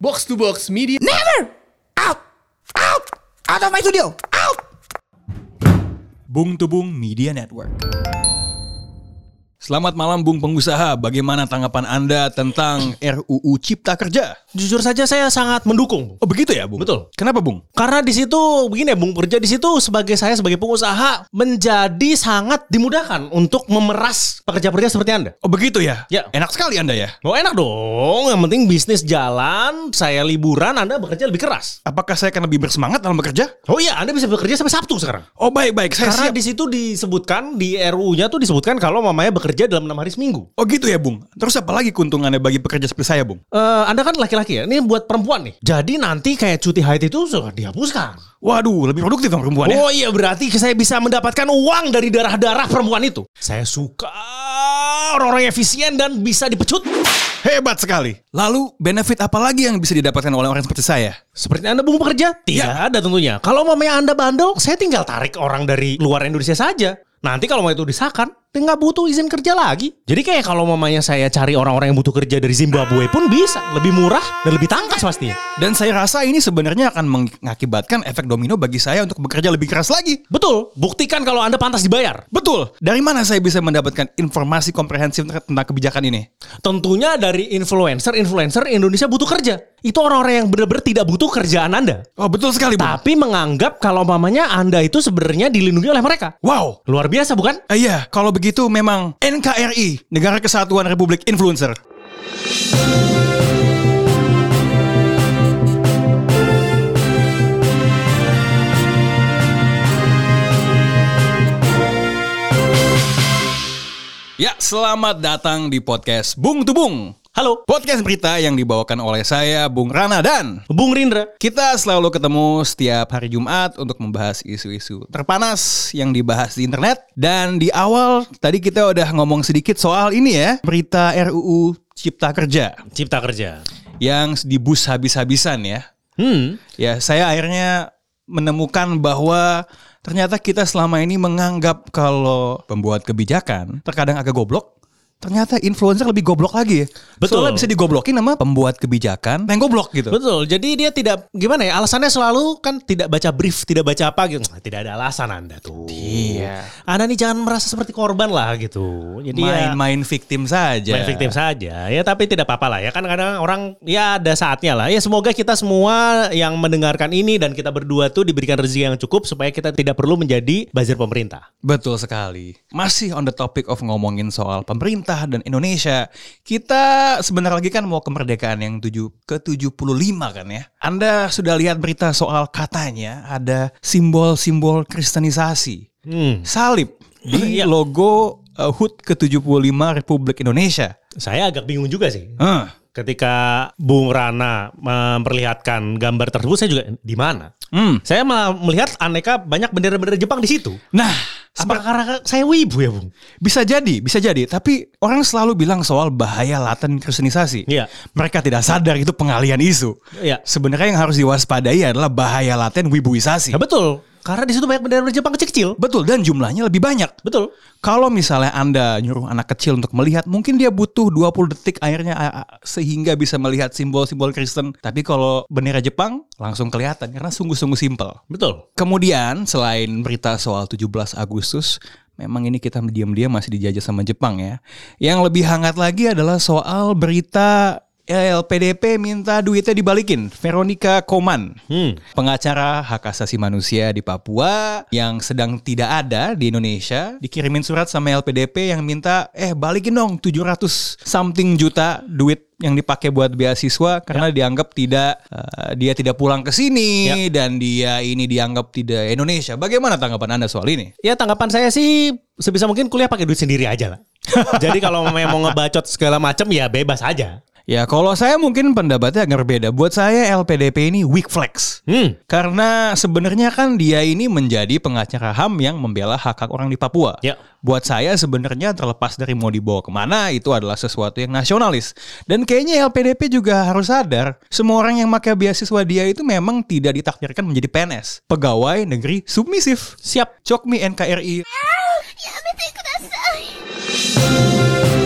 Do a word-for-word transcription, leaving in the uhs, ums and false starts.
Box to Box Media. Never! Out! Out! Out of my studio! Out! Bung to Bung Media Network. Selamat malam Bung Pengusaha, bagaimana tanggapan Anda tentang R U U Cipta Kerja? Jujur saja saya sangat mendukung. Oh begitu ya Bung? Betul. Kenapa Bung? Karena di situ begini ya Bung, kerja di situ sebagai saya sebagai pengusaha menjadi sangat dimudahkan untuk memeras pekerja-pekerja seperti Anda. Oh begitu ya? Ya. Enak sekali Anda ya? Oh enak dong, yang penting bisnis jalan, saya liburan, Anda bekerja lebih keras. Apakah saya akan lebih bersemangat dalam bekerja? Oh iya, Anda bisa bekerja sampai Sabtu sekarang. Oh baik-baik, saya Karena siap. di situ disebutkan, di R U U-nya tuh disebutkan kalau mamanya bekerja dalam enam hari seminggu. Oh gitu ya Bung? Terus apa lagi keuntungannya bagi pekerja seperti saya Bung? Eh, Anda kan laki-laki ya, ini buat perempuan nih. Jadi nanti kayak cuti haid itu sudah dihapuskan. Waduh, lebih produktif dong perempuan ya? Oh iya, berarti saya bisa mendapatkan uang dari darah-darah perempuan itu. Saya suka orang-orang efisien dan bisa dipecut. Hebat sekali. Lalu benefit apa lagi yang bisa didapatkan oleh orang seperti saya? Seperti Anda Bung bekerja? Tidak Ya. ada tentunya. Kalau mamanya Anda bandel, saya tinggal tarik orang dari luar Indonesia saja. Nanti kalau mau itu disahkan, dia nggak butuh izin kerja lagi. Jadi kayak kalau mamanya saya cari orang-orang yang butuh kerja dari Zimbabwe pun bisa. Lebih murah dan lebih tangkas pastinya. Dan saya rasa ini sebenarnya akan mengakibatkan efek domino bagi saya untuk bekerja lebih keras lagi. Betul, buktikan kalau Anda pantas dibayar. Betul. Dari mana saya bisa mendapatkan informasi komprehensif tentang kebijakan ini? Tentunya dari influencer-influencer Indonesia butuh kerja. Itu orang-orang yang benar-benar tidak butuh kerjaan Anda. Oh betul sekali Bung. Tapi menganggap kalau mamanya Anda itu sebenarnya dilindungi oleh mereka. Wow. Luar biasa bukan? Ah, iya, kalau begitu memang N K R I, Negara Kesatuan Republik Influencer. Ya, selamat datang di podcast Bung to Bung. Halo, Podcast berita yang dibawakan oleh saya, Bung Rana, dan Bung Rindra. kita selalu ketemu setiap hari Jumat untuk membahas isu-isu terpanas yang dibahas di internet. Dan di awal tadi kita udah ngomong sedikit soal ini ya, berita R U U Cipta Kerja Cipta Kerja. yang dibus habis-habisan ya. Hmm. Ya, saya akhirnya menemukan bahwa ternyata kita selama ini menganggap kalau pembuat kebijakan terkadang agak goblok. Ternyata influencer lebih goblok lagi. Betul. Soalnya bisa digoblokin sama pembuat kebijakan yang goblok gitu. Betul. Jadi dia tidak gimana ya? Alasannya selalu kan tidak baca brief, tidak baca apa gitu. Nah, tidak ada alasan Anda tuh. Iya. Anda nih jangan merasa seperti korban lah gitu. Jadi ya, Main-main victim saja. main victim saja. Ya tapi tidak apa-apa lah ya. Kan kadang orang ya ada saatnya lah. Ya semoga kita semua yang mendengarkan ini dan kita berdua tuh diberikan rezeki yang cukup supaya kita tidak perlu menjadi buzzer pemerintah. Betul sekali. Masih on the topic of ngomongin soal pemerintah dan Indonesia. Kita sebentar lagi kan mau kemerdekaan yang tujuh, ke tujuh puluh lima kan ya. Anda sudah lihat berita soal katanya ada simbol-simbol kristenisasi. Hmm. Salib di Iya. logo uh, H U T ke tujuh puluh lima Republik Indonesia. Saya agak bingung juga sih. Huh. Ketika Bung Rana memperlihatkan gambar tersebut, saya juga di mana? Hmm. Saya malah melihat aneka banyak bendera-bendera Jepang di situ. Nah, Apa karena saya wibu ya, Bung? bisa jadi, bisa jadi. Tapi orang selalu bilang soal bahaya laten kristenisasi. Iya. Mereka tidak sadar itu pengalian isu. Iya. Sebenarnya yang harus diwaspadai adalah bahaya laten wibuisasi. Ya betul. Karena di situ banyak bendera Jepang kecil-kecil. Betul, dan jumlahnya lebih banyak. Betul. Kalau misalnya Anda nyuruh anak kecil untuk melihat, mungkin dia butuh dua puluh detik akhirnya a- a- sehingga bisa melihat simbol-simbol Kristen. Tapi kalau bendera Jepang langsung kelihatan karena sungguh-sungguh simpel. Betul. Kemudian selain berita soal tujuh belas Agustus, memang ini kita diam-diam masih dijajah sama Jepang ya. Yang lebih hangat lagi adalah soal berita L P D P minta duitnya dibalikin. Veronica Koman, Hmm. pengacara hak asasi manusia di Papua yang sedang tidak ada di Indonesia, dikirimin surat sama L P D P yang minta eh balikin dong tujuh ratus something juta duit yang dipakai buat beasiswa karena dianggap tidak uh, dia tidak pulang ke sini dan dia ini dianggap tidak Indonesia. Bagaimana tanggapan Anda soal ini? Ya tanggapan saya sih sebisa mungkin kuliah pakai duit sendiri aja lah. Jadi kalau memang mau ngebacot segala macam ya bebas aja. Ya kalau saya mungkin pendapatnya agak berbeda. Buat saya L P D P ini weak flex. Hmm. Karena sebenarnya kan dia ini menjadi pengacara H A M yang membela hak-hak orang di Papua. Ya. Buat saya sebenarnya terlepas dari mau dibawa kemana, itu adalah sesuatu yang nasionalis. Dan kayaknya L P D P juga harus sadar, semua orang yang pakai beasiswa dia itu memang tidak ditakdirkan menjadi P N S. Pegawai negeri submisif. Siap. Chokmi N K R I. Yamete kudasai.